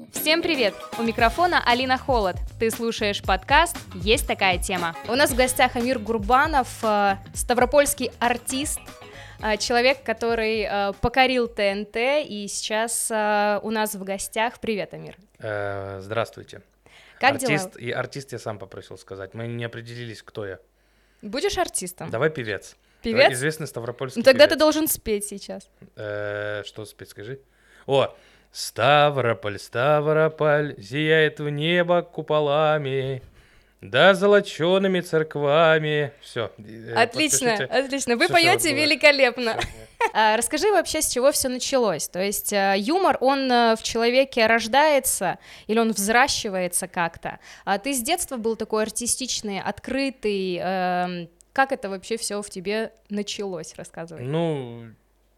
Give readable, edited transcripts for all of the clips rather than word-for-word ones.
Всем привет! У микрофона Алина Холод. Ты слушаешь подкаст «Есть такая тема». У нас в гостях Амир Гурбанов, ставропольский артист, человек, который покорил ТНТ, и сейчас у нас в гостях. Привет, Амир. Здравствуйте. Как артист, дела? И артист я сам попросил сказать. Мы не определились, кто я. Будешь артистом? Давай певец. Певец? Давай, известный ставропольский Ну тогда певец. ты должен спеть сейчас. Что спеть, скажи? Ставрополь, Ставрополь, зияет в небо куполами, да золочеными церквами. Все. Отлично, отлично. Вы Всё, поете что было. великолепно. Всё. Расскажи вообще, с чего все началось. То есть юмор, он в человеке рождается или он взращивается как-то? А ты с детства был такой артистичный, открытый. Как это вообще все в тебе началось? Рассказывай. Ну,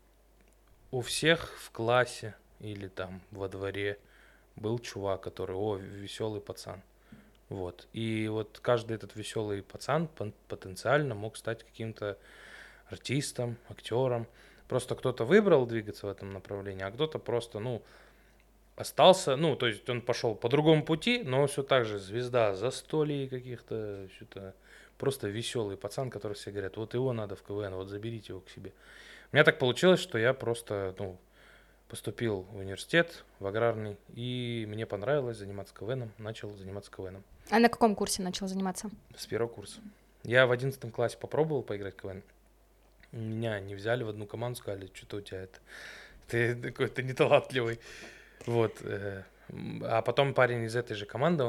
у всех в классе или там во дворе был чувак, который, веселый пацан. Вот. И вот каждый этот веселый пацан потенциально мог стать каким-то артистом, актером. Просто кто-то выбрал двигаться в этом направлении, а кто-то просто, остался, то есть он пошел по другому пути, но все так же звезда застолий каких-то, что-то просто веселый пацан, который все говорят, вот его надо в КВН, вот заберите его к себе. У меня так получилось, что я просто, поступил в университет, в аграрный, и мне понравилось заниматься КВНом, начал заниматься КВНом. А на каком курсе начал заниматься? С первого курса. Я в 11 классе попробовал поиграть в КВН. Меня не взяли в одну команду, сказали, что-то у тебя ты какой-то неталантливый. Вот. А потом парень из этой же команды,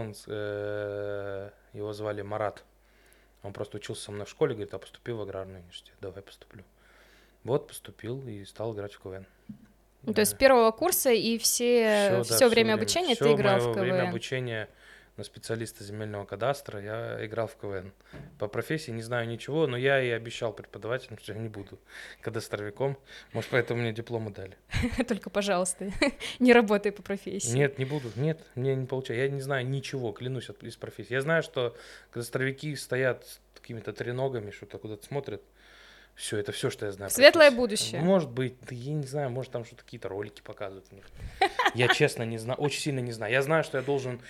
его звали Марат. Он просто учился со мной в школе, говорит, поступи в аграрный университет, давай поступлю. Вот поступил и стал играть в КВН. То есть с первого курса и все время обучения ты играл в КВН? Все время обучения на специалиста земельного кадастра я играл в КВН. По профессии не знаю ничего, но я и обещал преподавателям, что я не буду кадастровиком. Может, поэтому мне дипломы дали. Только, пожалуйста, не работай по профессии. Нет, не буду. Нет, мне не получается. Я не знаю ничего, клянусь, из профессии. Я знаю, что кадастровики стоят с какими-то треногами, что-то куда-то смотрят. Все, это все, что я знаю. Светлое будущее. Может быть, я не знаю, может там что-то какие-то ролики показывают у них. Я честно не знаю, очень сильно не знаю. Я знаю, что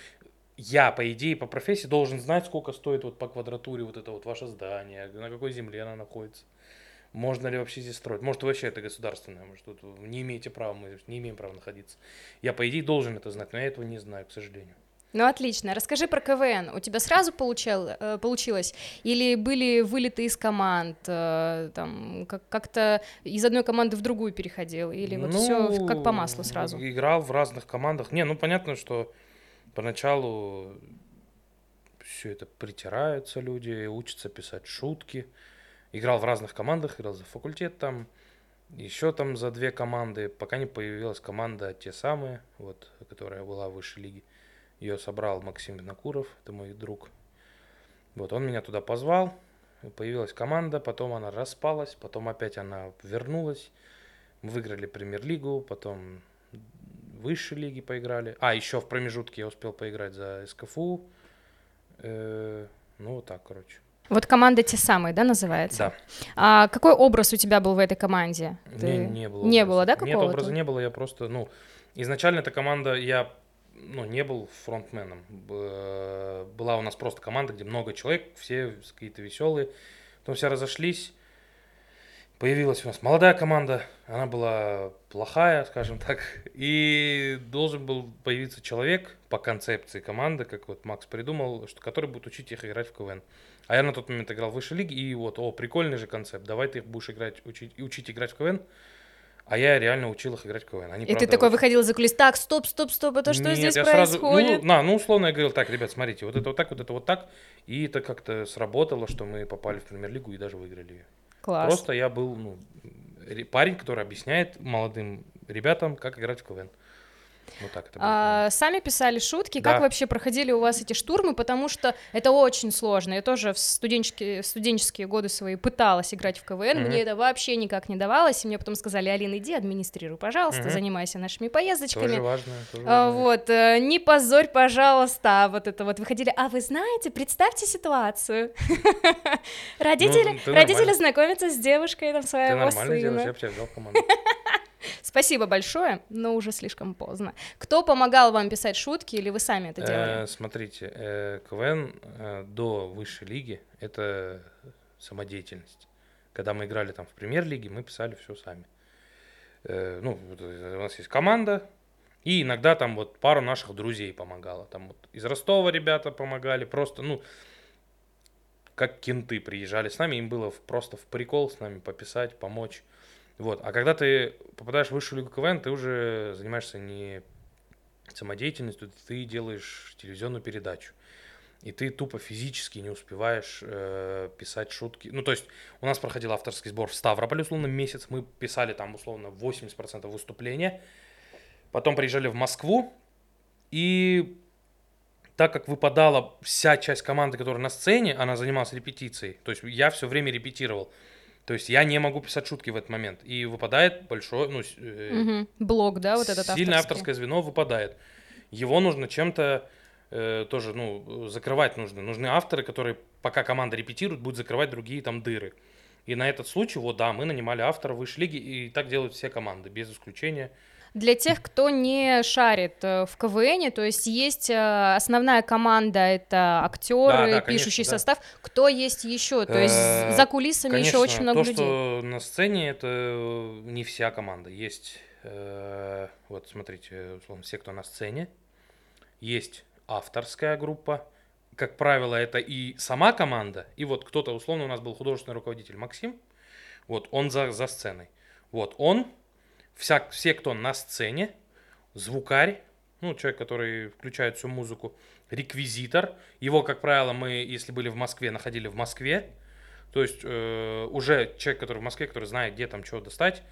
по идее, по профессии должен знать, сколько стоит вот по квадратуре вот это вот ваше здание, на какой земле оно находится. Можно ли вообще здесь строить? Может, вообще это государственное, может, тут не имеете права, мы не имеем права находиться. Я, по идее, должен это знать, но я этого не знаю, к сожалению. Ну, отлично. Расскажи про КВН. У тебя сразу получилось? Или были вылеты из команд? Там, как-то из одной команды в другую переходил? Или вот все как по маслу сразу? Играл в разных командах. Понятно, что поначалу все это притираются люди, учатся писать шутки. Играл в разных командах, играл за факультет там, еще там за 2 команды, пока не появилась команда те самые, вот, которая была в высшей лиге. Ее собрал Максим Винокуров, это мой друг. Вот, он меня туда позвал, появилась команда, потом она распалась, потом опять она вернулась. Мы выиграли премьер-лигу, потом в высшей лиге поиграли. Еще в промежутке я успел поиграть за СКФУ. Вот так, короче. Вот команда те самые, да, называется? Да. А какой образ у тебя был в этой команде? Не было. Не было, да, какого-то? Нет, образа не было, я просто, изначально эта команда, я не был фронтменом. Была у нас просто команда, где много человек, все какие-то веселые. Потом все разошлись. Появилась у нас молодая команда, она была плохая, скажем так. И должен был появиться человек по концепции команды, как вот Макс придумал, который будет учить их играть в КВН. А я на тот момент играл в высшей лиге, и прикольный же концепт, давай ты их будешь учить играть в КВН. А я реально учил их играть в КВН. И ты такой выходил за кулис, так, стоп, это что здесь происходит? Условно я говорил, так, ребят, смотрите, вот это вот так. И это как-то сработало, что мы попали в премьер-лигу и даже выиграли ее. Класс. Просто я был, парень, который объясняет молодым ребятам, как играть в КВН. Вот так это было. Сами писали шутки, Да. Как вообще проходили у вас эти штурмы, потому что это очень сложно. Я тоже в студенческие годы свои пыталась играть в КВН, мне это вообще никак не давалось, и мне потом сказали, Алина, иди администрируй, пожалуйста, занимайся нашими поездочками. Тоже важно. Вот, не позорь, пожалуйста, вот это вот выходили. А вы знаете, представьте ситуацию. Родители знакомятся с девушкой там своего сына. Ты нормально делаешь, я бы тебя взял в команду. Спасибо большое, но уже слишком поздно. Кто помогал вам писать шутки, или вы сами это делали? Смотрите, КВН до высшей лиги — это самодеятельность. Когда мы играли там в премьер-лиге, мы писали все сами. Ну, у нас есть команда, и иногда там вот пару наших друзей помогало. Там вот из Ростова ребята помогали, просто, ну, как кенты приезжали с нами, им было просто в прикол с нами пописать, помочь. Вот. А когда ты попадаешь в высшую лигу КВН, ты уже занимаешься не самодеятельностью, ты делаешь телевизионную передачу. И ты тупо физически не успеваешь писать шутки. Ну, то есть у нас проходил авторский сбор в Ставрополе, условно, месяц. Мы писали там, условно, 80% выступления. Потом приезжали в Москву. И так как выпадала вся часть команды, которая на сцене, она занималась репетицией. То есть я все время репетировал. То есть я не могу писать шутки в этот момент. И выпадает большой, ну, блок, да, вот этот сильное авторский. авторское звено выпадает. Его нужно чем-то тоже, ну, закрывать нужно. Нужны авторы, которые, пока команда репетирует, будут закрывать другие там дыры. И на этот случай, вот да, мы нанимали авторов высшей лиги, и так делают все команды, без исключения. Для тех, кто не шарит в КВН, то есть основная команда, это актеры, Да, пишущий конечно, да. состав. Кто есть еще? То есть за кулисами Конечно, еще очень много людей. То, что на сцене, это не вся команда. Есть, вот смотрите, условно, все, кто на сцене. Есть авторская группа. Как правило, это и сама команда, и вот кто-то, условно, у нас был художественный руководитель Максим, вот он за сценой. Вот он, все, кто на сцене, звукарь, ну, человек, который включает всю музыку, реквизитор. Его, как правило, мы, если были в Москве, находили в Москве. То есть уже человек, который в Москве, который знает, где там что достать.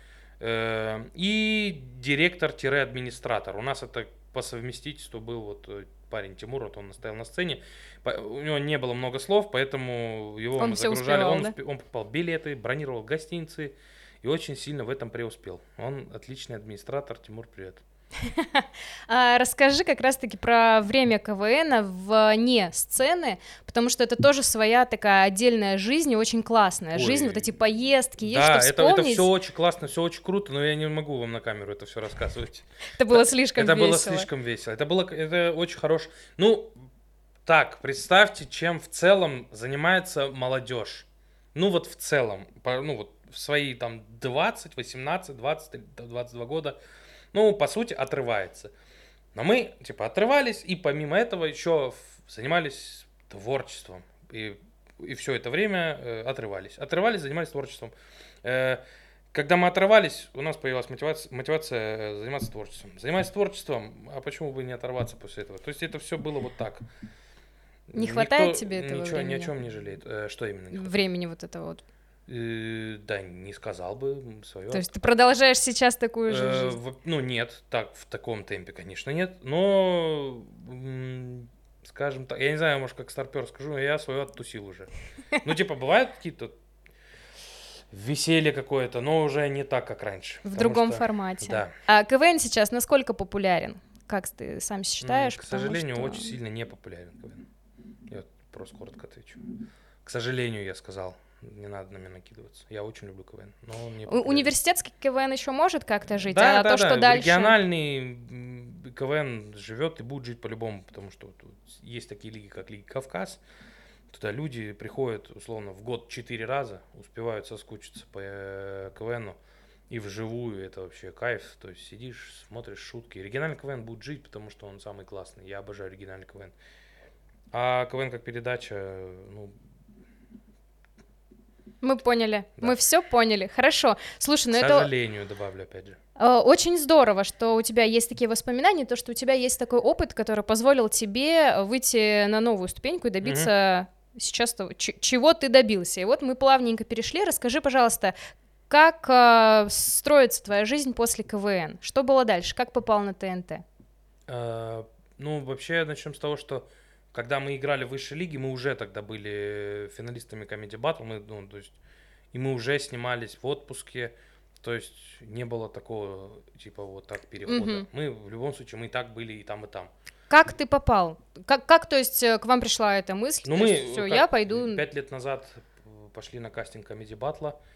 И директор-администратор. У нас это по совместительству был вот парень Тимур, вот он стоял на сцене. У него не было много слов, поэтому его мы загружали. Он покупал билеты, бронировал гостиницы и очень сильно в этом преуспел. Он отличный администратор. Тимур, привет. Расскажи как раз-таки про время КВН вне сцены, потому что это тоже своя такая отдельная жизнь и очень классная жизнь, вот эти поездки, есть что вспомнить. Да, это все очень классно, все очень круто, но я не могу вам на камеру это все рассказывать. Это было слишком весело. Это было слишком весело. Это очень хорошо. Ну, так, представьте, чем в целом занимается молодежь. Ну, вот в целом, ну, вот в свои там 20, 18, 20, 22 года. Ну, по сути, отрывается. Но мы, типа, отрывались, и помимо этого еще занимались творчеством. И все это время отрывались. Отрывались, занимались творчеством. Когда мы отрывались, у нас появилась мотивация заниматься творчеством. Занимаясь творчеством, а почему бы не оторваться после этого? То есть это все было вот так. Не хватает тебе этого времени? Ни о чем не жалеет. Что именно не хватает? Времени вот этого вот. Да, не сказал бы свое. То есть ты продолжаешь сейчас такую же жизнь? Ну, нет, так, в таком темпе, конечно, нет. Но, скажем так, я не знаю, может, как старпер скажу, но я свое оттусил уже. Ну, типа, бывают какие-то веселье какое-то, но уже не так, как раньше. В другом формате. Да. А КВН сейчас насколько популярен? Как ты сам считаешь? К сожалению, очень сильно не популярен КВН. Я просто коротко отвечу. К сожалению, я сказал. Не надо на меня накидываться. Я очень люблю КВН. Но он не университетский КВН еще может как-то жить, да, а то, что дальше... Региональный КВН живет и будет жить по-любому, потому что вот есть такие лиги, как Лига Кавказ. Туда люди приходят, условно, в год 4 раза, успевают соскучиться по КВНу. И вживую это вообще кайф. То есть сидишь, смотришь шутки. Региональный КВН будет жить, потому что он самый классный. Я обожаю региональный КВН. А КВН как передача, ну... Мы поняли, да. Мы все поняли. Хорошо. Слушай, ну К сожалению, добавлю опять же. Очень здорово, что у тебя есть такие воспоминания, то, что у тебя есть такой опыт, который позволил тебе выйти на новую ступеньку и добиться сейчас того, чего ты добился. И вот мы плавненько перешли. Расскажи, пожалуйста, как строится твоя жизнь после КВН? Что было дальше? Как попал на ТНТ? Ну, вообще, начнем с того, что когда мы играли в высшей лиге, мы уже тогда были финалистами Comedy Battle, и мы уже снимались в отпуске, то есть не было такого, типа, вот так перехода. Мы, в любом случае, мы и так были и там, и там. Как ты попал? Как, то есть, к вам пришла эта мысль? Ну, я пойду... 5 лет назад пошли на кастинг Comedy Battle,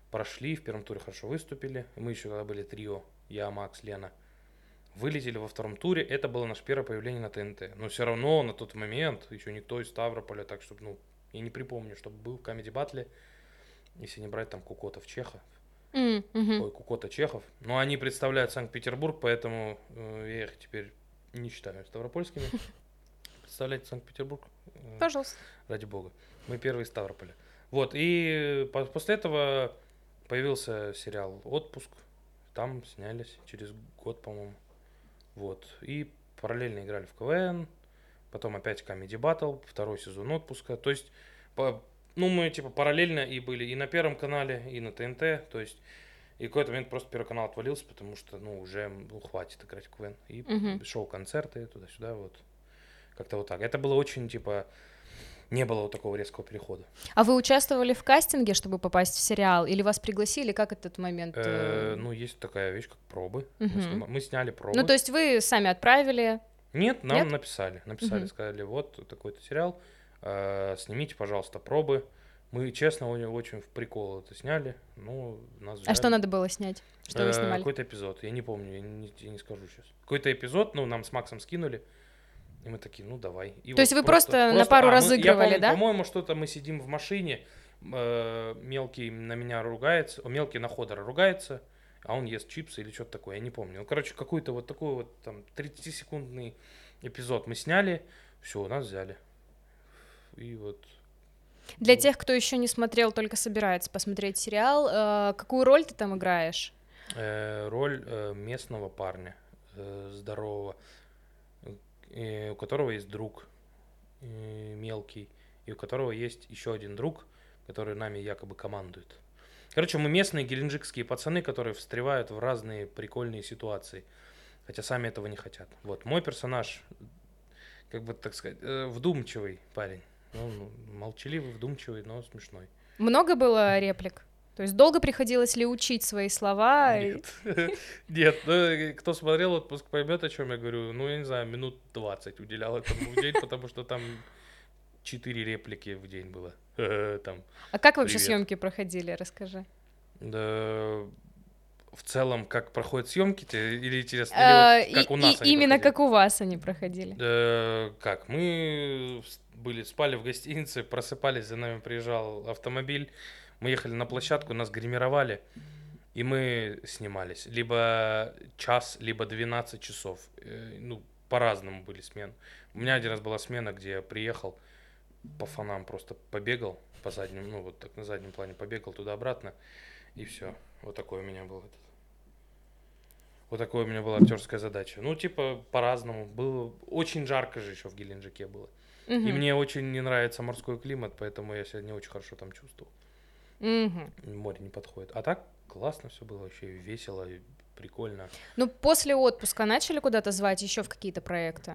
прошли, в первом туре хорошо выступили. Мы еще тогда были трио, я, Макс, Лена. Вылетели во втором туре, это было наше первое появление на ТНТ. Но все равно на тот момент еще никто из Ставрополя, так чтобы, ну, я не припомню, чтобы был в Comedy Battle, если не брать там Кукотов, Чехов. Ой, Кукота, Чехов. Но они представляют Санкт-Петербург, поэтому я их теперь не считаю ставропольскими. Представляете Санкт-Петербург? Пожалуйста. Ради бога. Мы первые из Ставрополя. Вот, и после этого появился сериал «Отпуск». Там снялись через год, по-моему. Вот. И параллельно играли в КВН. Потом опять Comedy Battle, второй сезон «Отпуска». То есть, мы типа параллельно и были и на Первом канале, и на ТНТ. То есть, и в какой-то момент просто Первый канал отвалился, потому что, уже хватит играть в КВН. И шоу-концерты туда-сюда, вот. Как-то вот так. Это было очень, типа... Не было вот такого резкого перехода. А вы участвовали в кастинге, чтобы попасть в сериал? Или вас пригласили? Как этот момент? Есть такая вещь, как пробы. Мы сняли пробы. Ну, то есть вы сами отправили? Нет, нам написали. Сказали, вот такой-то сериал, снимите, пожалуйста, пробы. Мы, честно, очень в прикол это сняли. Нас взяли. А что надо было снять? Что вы снимали? Какой-то эпизод, я не помню, я не скажу сейчас. Какой-то эпизод, нам с Максом скинули. И мы такие, давай. И то есть вы просто на пару разыгрывали, я помню, да? По-моему, что-то мы сидим в машине, мелкий на меня ругается, мелкий на Ходора ругается, а он ест чипсы или что-то такое, я не помню. Какой-то вот такой вот там 30-секундный эпизод мы сняли, все, нас взяли. И вот... Для тех, кто еще не смотрел, только собирается посмотреть сериал, какую роль ты там играешь? Роль местного парня, здорового, у которого есть друг мелкий, и у которого есть еще один друг, который нами якобы командует. Короче, мы местные геленджикские пацаны, которые встревают в разные прикольные ситуации, хотя сами этого не хотят. Вот, мой персонаж, как бы так сказать, вдумчивый парень. Молчаливый, вдумчивый, но смешной. Много было реплик? То есть долго приходилось ли учить свои слова? Нет, кто смотрел «Отпуск», поймет, о чем я говорю. Я не знаю, минут 20 уделял этому в день, потому что там 4 реплики в день было. А как вообще съемки проходили, расскажи. Да, в целом, как проходят съемки, или интересно, или как у нас они именно проходили? как у вас они проходили. Как? Мы спали в гостинице, просыпались, за нами приезжал автомобиль. Мы ехали на площадку, нас гримировали, и мы снимались. Либо час, либо 12 часов. По-разному были смены. У меня один раз была смена, где я приехал, по фонам просто побегал, по заднему, вот так на заднем плане побегал туда-обратно, и все. Вот такой у меня был Вот такой у меня была актерская задача. По-разному. Было очень жарко же еще в Геленджике было. И мне очень не нравится морской климат, поэтому я себя не очень хорошо там чувствовал. Море не подходит. А так классно все было, вообще весело и прикольно. После отпуска начали куда-то звать еще в какие-то проекты?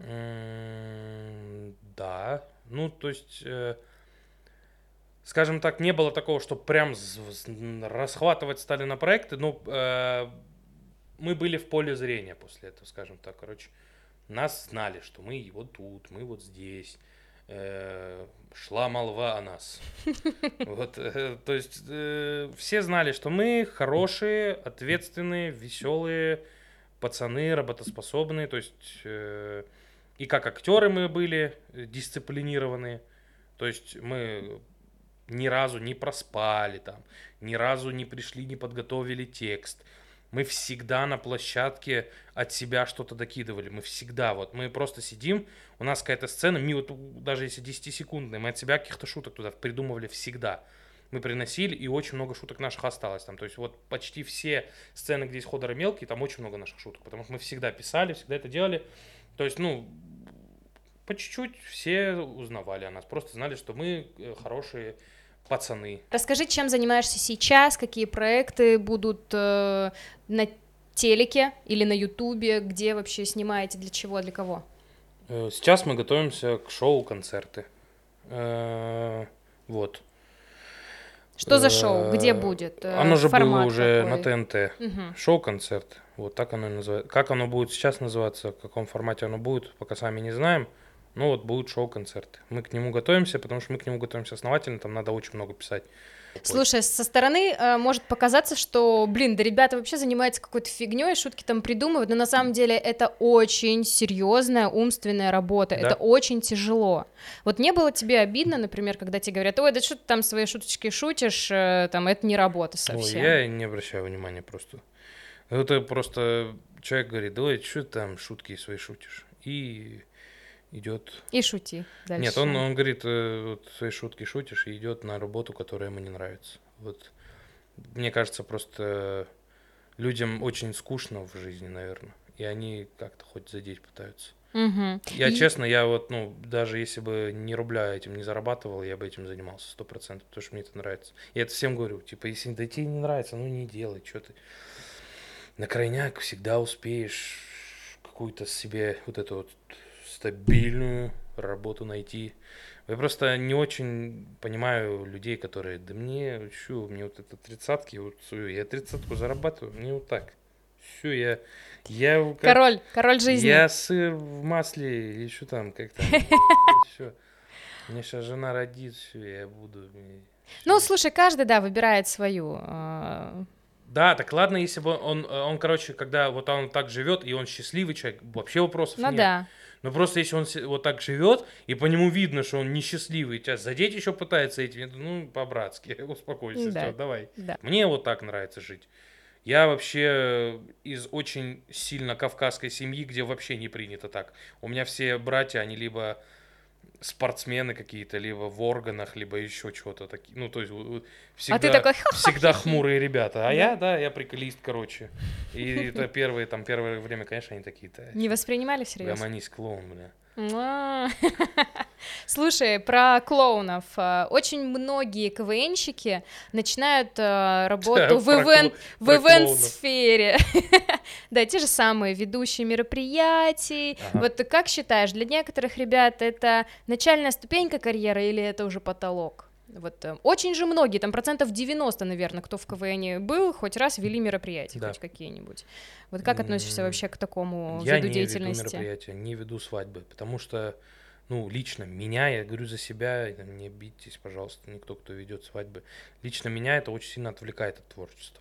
Да. То есть, скажем так, не было такого, что прям расхватывать стали на проекты, но мы были в поле зрения после этого, скажем так. Короче, нас знали, что мы вот тут, мы вот здесь. Шла молва о нас. То есть все знали, что мы хорошие, ответственные, веселые пацаны, работоспособные. То есть и как актеры мы были дисциплинированные. То есть мы ни разу не проспали там, ни разу не пришли, не подготовили текст. Мы всегда на площадке от себя что-то докидывали. Мы всегда, мы просто сидим, у нас какая-то сцена, даже если 10-секундная, мы от себя каких-то шуток туда придумывали всегда. Мы приносили, и очень много шуток наших осталось там. То есть почти все сцены, где есть Ходор и Мелкий, там очень много наших шуток, потому что мы всегда писали, всегда это делали. То есть, по чуть-чуть все узнавали о нас, просто знали, что мы хорошие пацаны. Расскажи, чем занимаешься сейчас, какие проекты будут на телеке или на Ютубе, где вообще снимаете, для чего, для кого? Сейчас мы готовимся к шоу-концерты. Вот. Что за шоу? Где будет? Оно же было уже какой? на ТНТ. Шоу-концерт. Вот так оно и называется. Как оно будет сейчас называться, в каком формате оно будет, пока сами не знаем. Ну вот будут шоу-концерты. Мы к нему готовимся, потому что мы к нему готовимся основательно, там надо очень много писать. Слушай, со стороны может показаться, что, блин, да ребята вообще занимаются какой-то фигней, шутки там придумывают, но на самом деле это очень серьезная умственная работа, Да. это очень тяжело. Вот не было тебе обидно, например, когда тебе говорят, ой, да что ты там свои шуточки шутишь, там, это не работа совсем. Ой, я не обращаю внимания просто. Это просто человек говорит, давай, что ты там шутки свои шутишь? И идет. И шути дальше. Нет, он говорит, вот свои шутки шутишь и идет на работу, которая ему не нравится. Вот. Мне кажется, просто людям очень скучно в жизни, наверное. И они как-то хоть задеть пытаются. Угу. Я, честно, я вот, ну, даже если бы ни рубля этим не зарабатывал, я бы этим занимался 100%, потому что мне это нравится. Я это всем говорю, типа, если да тебе не нравится, ну не делай, что ты. На крайняк всегда успеешь какую-то себе вот эту вот стабильную работу найти. Я просто не очень понимаю людей, которые, да мне, что, мне вот это 30-ки, вот, я 30-ку зарабатываю, мне вот так. Все, я Король жизни. Я сыр в масле, или что там, как там, все. Мне сейчас жена родит, все, я буду. Ну, слушай, каждый, да, выбирает свою. Да, так ладно, если бы он, короче, когда вот он так живет, и он счастливый человек, вообще вопросов Ну нет. да. Но просто если он вот так живет, и по нему видно, что он несчастливый, тебя задеть еще пытается этим, ну, по-братски, успокойся, Да. всё, давай. Да. Мне вот так нравится жить. Я вообще из очень сильно кавказской семьи, где вообще не принято так. У меня все братья, они либо спортсмены какие-то, либо в органах, либо еще чего-то такие. Ну, то есть всегда, ты такой, всегда хмурые ребята. А я приколист, короче. И это первое время, конечно, они такие-то. Не воспринимали всерьез? Гомонист, клоун, бля. Слушай, про клоунов. Очень многие КВНщики начинают работу в ивент-сфере. Да, те же самые ведущие мероприятий. Вот ты как считаешь, для некоторых ребят это начальная ступенька карьеры или это уже потолок? Вот очень же многие, там 90%, наверное, кто в КВНе был, хоть раз вели мероприятия, хоть какие-нибудь. Вот как относишься вообще к такому виду деятельности? Я не веду мероприятия, не веду свадьбы, потому что, ну, лично меня, я говорю за себя, не обидитесь, пожалуйста, никто, кто ведет свадьбы, лично меня это очень сильно отвлекает от творчества.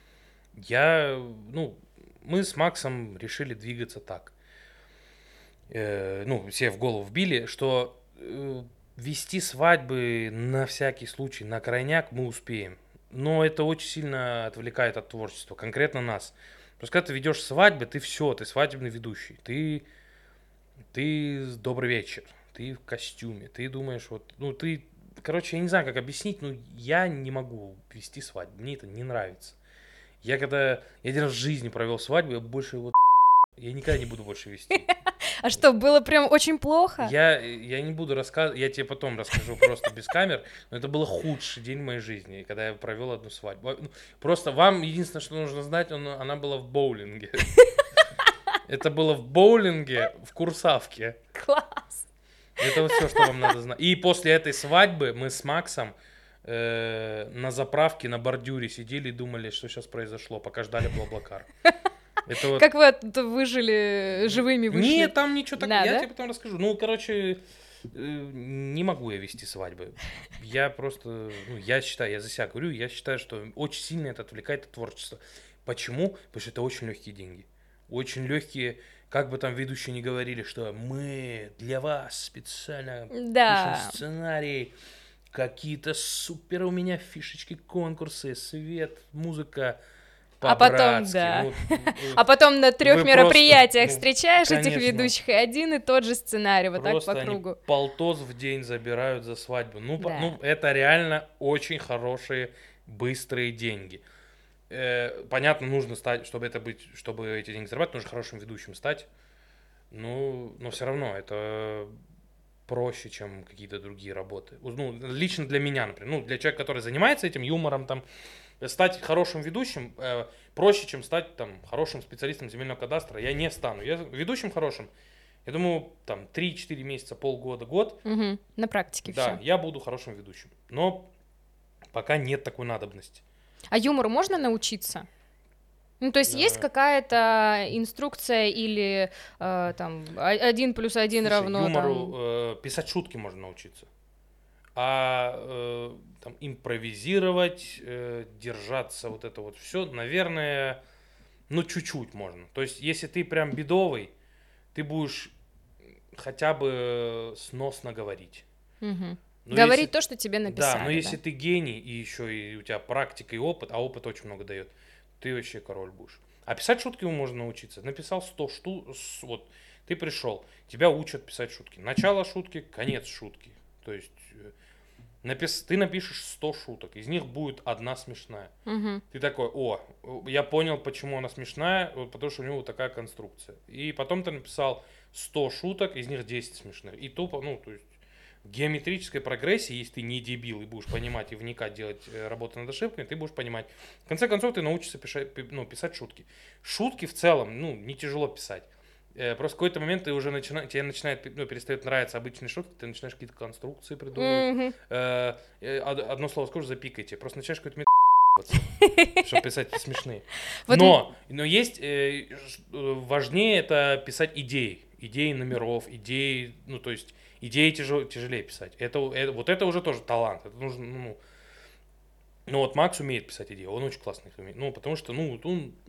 Мы с Максом решили двигаться так. Все в голову вбили, что вести свадьбы на всякий случай, на крайняк мы успеем. Но это очень сильно отвлекает от творчества, конкретно нас. Потому что когда ты ведешь свадьбы, ты свадебный ведущий. Ты добрый вечер, ты в костюме, ты думаешь, короче, я не знаю, как объяснить, но я не могу вести свадьбу, мне это не нравится. Я один раз в жизни провел свадьбу, я никогда не буду больше вести. А что, было прям очень плохо? Я не буду рассказывать, я тебе потом расскажу просто без камер, но это был худший день в моей жизни, когда я провел одну свадьбу. Просто вам единственное, что нужно знать, она была в боулинге. Это было в боулинге в Курсавке. Класс. Это вот все, что вам надо знать. И после этой свадьбы мы с Максом на заправке на бордюре сидели и думали, что сейчас произошло, пока ждали Блаблакар. Как вы выжили, живыми вышли? Нет, там ничего такого, я да? тебе потом расскажу. Не могу я вести свадьбы. Я просто, я считаю, я за себя говорю, я считаю, что очень сильно это отвлекает от творчества. Почему? Потому что это очень легкие деньги. Очень легкие, как бы там ведущие не говорили, что мы для вас специально пишем сценарий, какие-то супер у меня фишечки, конкурсы, свет, музыка. А потом на 3 мероприятиях встречаешь этих ведущих, и один и тот же сценарий, вот так по кругу. Они полтос в день забирают за свадьбу. Это реально очень хорошие, быстрые деньги. Понятно, нужно стать, чтобы эти деньги зарабатывать, нужно хорошим ведущим стать. Но все равно это проще, чем какие-то другие работы. Лично для меня, например, для человека, который занимается этим юмором, там, стать хорошим ведущим проще, чем стать там хорошим специалистом земельного кадастра. Я не стану. Я ведущим хорошим. Я думаю, там 3-4 месяца, полгода, год. Угу. На практике все. Да, я буду хорошим ведущим. Но пока нет такой надобности. А юмору можно научиться? Ну, то есть есть какая-то инструкция или там 1 + 1 равно юмору там... писать шутки можно научиться. А там, импровизировать, держаться, вот это вот все, наверное, ну, чуть-чуть можно. То есть, если ты прям бедовый, ты будешь хотя бы сносно говорить. Мгм. Но Говорить если, то, что тебе да, но написали, если да? ты гений, и еще и у тебя практика и опыт, а опыт очень много дает, ты вообще король будешь. А писать шутки можно научиться. Написал 100 штук, вот, ты пришел, тебя учат писать шутки. Начало шутки, конец шутки. То есть, ты напишешь 100 шуток, из них будет одна смешная. Мгм. Ты такой, я понял, почему она смешная, вот потому что у него вот такая конструкция. И потом ты написал 100 шуток, из них 10 смешных. И тупо, ну, то есть, в геометрической прогрессии, если ты не дебил и будешь понимать и вникать, делать работу над ошибками, ты будешь понимать. В конце концов, ты научишься писать шутки. Шутки в целом, ну, не тяжело писать. Просто в какой-то момент тебе начинает, ну, перестает нравиться обычные шутки, ты начинаешь какие-то конструкции придумывать. Мгм. Одно слово скажу, запикайте. Просто начинаешь какой-то чтобы писать смешные. Вот Но есть важнее это писать идеи. Идеи номеров, идеи, ну, то есть идеи тяжелее писать. Вот это уже тоже талант. Это нужно, ну вот Макс умеет писать идеи, он очень классно их умеет. Ну, потому что, ну,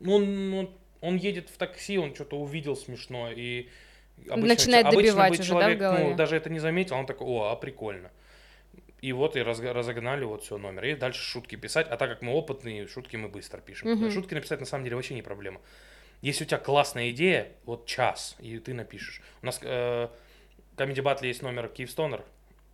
он едет в такси, он что-то увидел смешное, и начинает обычно добивать бы уже, да, в человек, ну, голове? даже это не заметил, он такой, прикольно. И вот и разогнали вот все номер. И дальше шутки писать. А так как мы опытные, шутки мы быстро пишем. Мгм. Шутки написать на самом деле вообще не проблема. Если у тебя классная идея, вот час, и ты напишешь. У нас в Comedy Battle есть номер Киевстонер.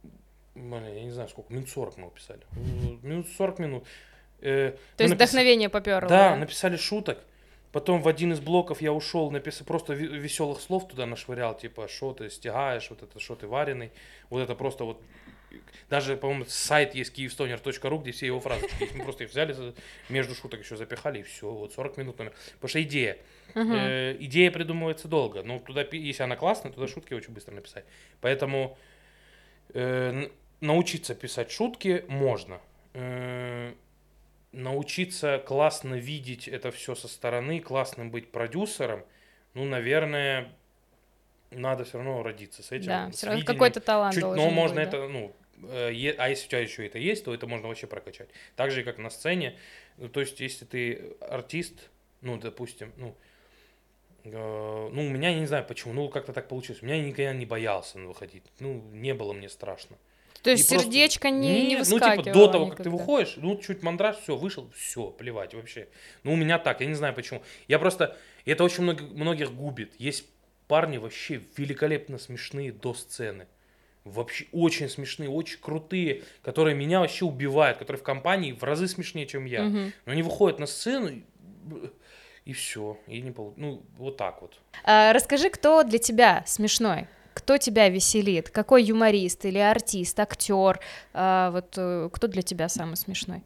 Я не знаю сколько, минут 40 мы его писали. Минут 40 минут. То есть вдохновение поперло, Да, да? написали шуток. Потом в один из блоков я ушел, написал просто веселых слов туда нашвырял, типа, что ты стягаешь, вот это, что ты вареный. Вот это просто вот. Даже, по-моему, сайт есть kyivstoner.ru, где все его фразочки есть. Мы просто их взяли, между шуток еще запихали, и все, вот 40 минут номер. Потому что идея. Мгм. Идея придумывается долго. Но туда, если она классная, туда шутки очень быстро написать. Поэтому научиться писать шутки можно. Научиться классно видеть это все со стороны, классно быть продюсером, ну, наверное, надо все равно родиться с этим, Да, с все равно видением. какой-то талант Но должен можно быть, да? это, ну, а если у тебя еще это есть, то это можно вообще прокачать. Так же, как на сцене. Ну, то есть, если ты артист, ну, допустим, ну, у меня, я не знаю почему, ну, как-то так получилось. У меня никогда не боялся выходить. Ну, не было мне страшно. То И есть просто, сердечко не нет, ну, типа, до выскакивало того, как ты никогда? выходишь, ну, чуть мандраж, все, вышел, все, плевать вообще. Ну, у меня так, я не знаю почему. Я просто, это очень многих губит. Есть парни вообще великолепно смешные до сцены. Вообще очень смешные, очень крутые, которые меня вообще убивают, которые в компании в разы смешнее, чем я. Мгм. Но они выходят на сцену, и все, и не ну, вот так вот. Расскажи, кто для тебя смешной? Кто тебя веселит? Какой юморист или артист, актер? Кто для тебя самый смешной?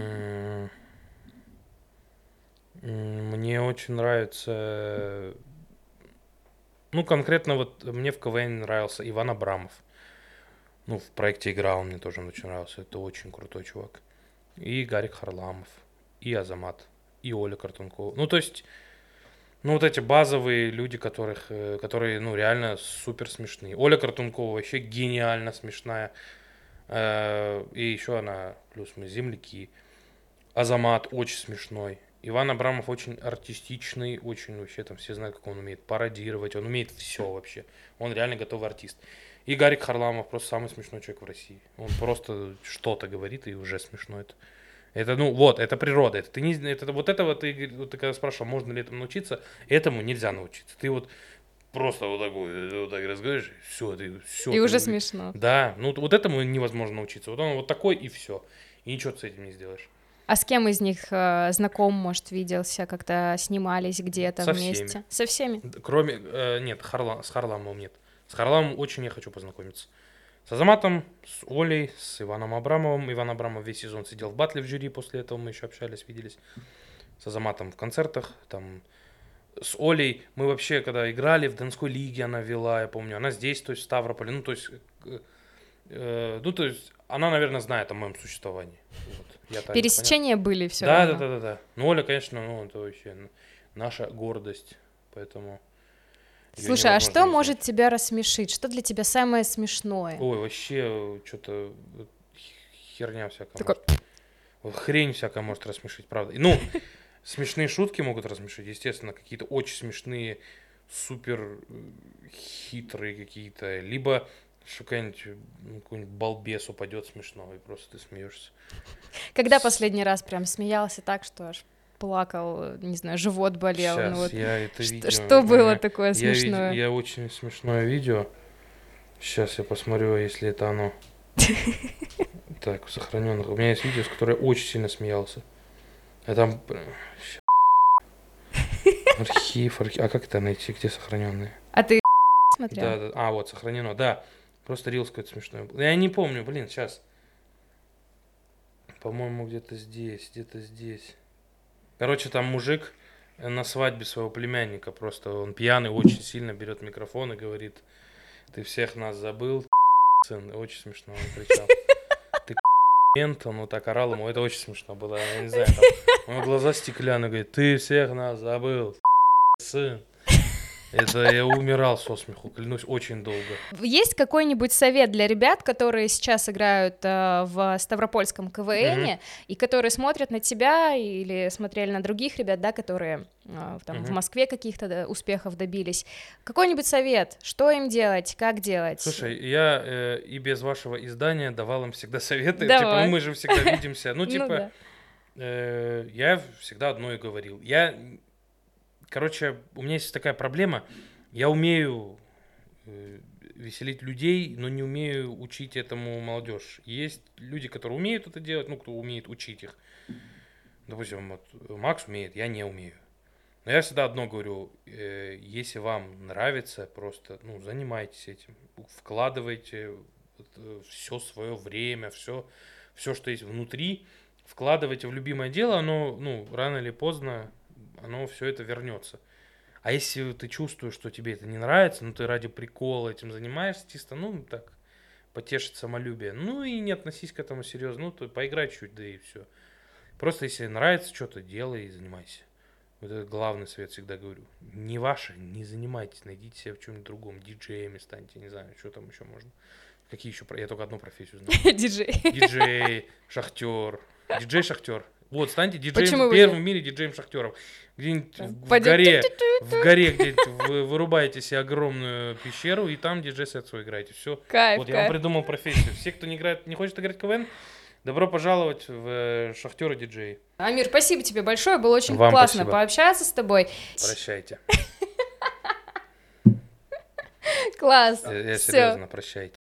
Мне очень нравится, ну, конкретно вот мне в КВН нравился Иван Абрамов. Ну, в проекте играл, мне тоже он очень нравился. Это очень крутой чувак. И Гарик Харламов, и Азамат, и Оля Картункова. Ну, то есть, ну, вот эти базовые люди, которые, ну, реально супер смешные. Оля Картункова вообще гениально смешная. И еще она, плюс мы земляки. Азамат очень смешной. Иван Абрамов очень артистичный, очень вообще там все знают, как он умеет пародировать, он умеет все вообще. Он реально готовый артист. И Гарик Харламов просто самый смешной человек в России. Он просто что-то говорит и уже смешно это. Это, ну, вот, это природа. Это, ты не, это, вот этого ты когда спрашивал, можно ли этому научиться, этому нельзя научиться. Ты вот просто вот так разговариваешь, все. И уже смешно. Да, ну вот этому невозможно научиться. Вот он вот такой и все. И ничего ты с этим не сделаешь. А с кем из них знаком, может, виделся, как-то снимались где-то Со вместе? всеми. Со всеми? Кроме, нет, с Харламовым нет. С Харламовым очень я хочу познакомиться. С Азаматом, с Олей, с Иваном Абрамовым. Иван Абрамов весь сезон сидел в батле в жюри, после этого мы еще общались, виделись. С Азаматом в концертах, там, с Олей мы вообще, когда играли в Донской лиге, она вела, я помню, она здесь, то есть в Ставрополе, ну, то есть она, наверное, знает о моем существовании. Вот. Пересечения были все да, равно. Да. Ну, Оля, конечно, это вообще наша гордость, поэтому... Слушай, а что может тебя рассмешить? Что для тебя самое смешное? Ой, вообще, что-то херня всякая. Такой... Хрень всякая может рассмешить, правда. Ну, смешные шутки могут рассмешить, естественно, какие-то очень смешные, супер хитрые какие-то, либо что какой-нибудь балбес упадет смешно, и просто ты смеешься. Когда последний раз прям смеялся так, что аж плакал, не знаю, живот болел? Сейчас ну вот я это видео... Что было такое смешное? Я очень смешное видео. Сейчас я посмотрю, если это оно. Так, в сохраненных. У меня есть видео, с которым я очень сильно смеялся. А там... Архив. А как это найти? Где сохраненные? А ты смотрел? Да. А, вот, сохранено, да. Просто рилс какой-то смешной. Я не помню, сейчас. По-моему, где-то здесь. Короче, там мужик на свадьбе своего племянника. Просто он пьяный, очень сильно берет микрофон и говорит: ты всех нас забыл, сын. Очень смешно он кричал. Ты мент, он вот так орал ему. Это очень смешно было. Я не знаю, там, у него глаза стеклянные. Говорит: ты всех нас забыл, сын. Это я умирал со смеху, клянусь, очень долго. Есть какой-нибудь совет для ребят, которые сейчас играют в Ставропольском КВНе, и которые смотрят на тебя или смотрели на других ребят, да, которые там, в Москве каких-то успехов добились? Какой-нибудь совет? Что им делать? Как делать? Слушай, я и без вашего издания давал им всегда советы. Давай. Типа, мы же всегда видимся. Я всегда одно и говорил. Короче, у меня есть такая проблема. Я умею веселить людей, но не умею учить этому молодежь. Есть люди, которые умеют это делать, кто умеет учить их. Допустим, вот Макс умеет, я не умею. Но я всегда одно говорю: если вам нравится, просто занимайтесь этим. Вкладывайте все свое время, все, что есть внутри, вкладывайте в любимое дело, оно, рано или поздно, оно все это вернется. А если ты чувствуешь, что тебе это не нравится, ты ради прикола этим занимаешься, чисто, так, потешить самолюбие, и не относись к этому серьезно, то поиграй чуть, да и все. Просто если нравится что-то, делай и занимайся. Вот это главный совет, всегда говорю. Не ваше, не занимайтесь, найдите себя в чем-нибудь другом, диджеями станьте, не знаю, что там еще можно. Какие еще? Я только одну профессию знаю. Диджей, шахтер. Диджей-шахтер. Вот, станьте диджеем, первым в мире диджеем-шахтером. Где-нибудь в горе где-нибудь вырубаете себе огромную пещеру, и там диджей-сет свой играете. Все. Вот я вам придумал профессию. Все, кто не хочет играть в КВН, добро пожаловать в шахтеры-диджеи. Амир, спасибо тебе большое, было очень классно пообщаться с тобой. Прощайте. Класс. Я серьезно, прощайте.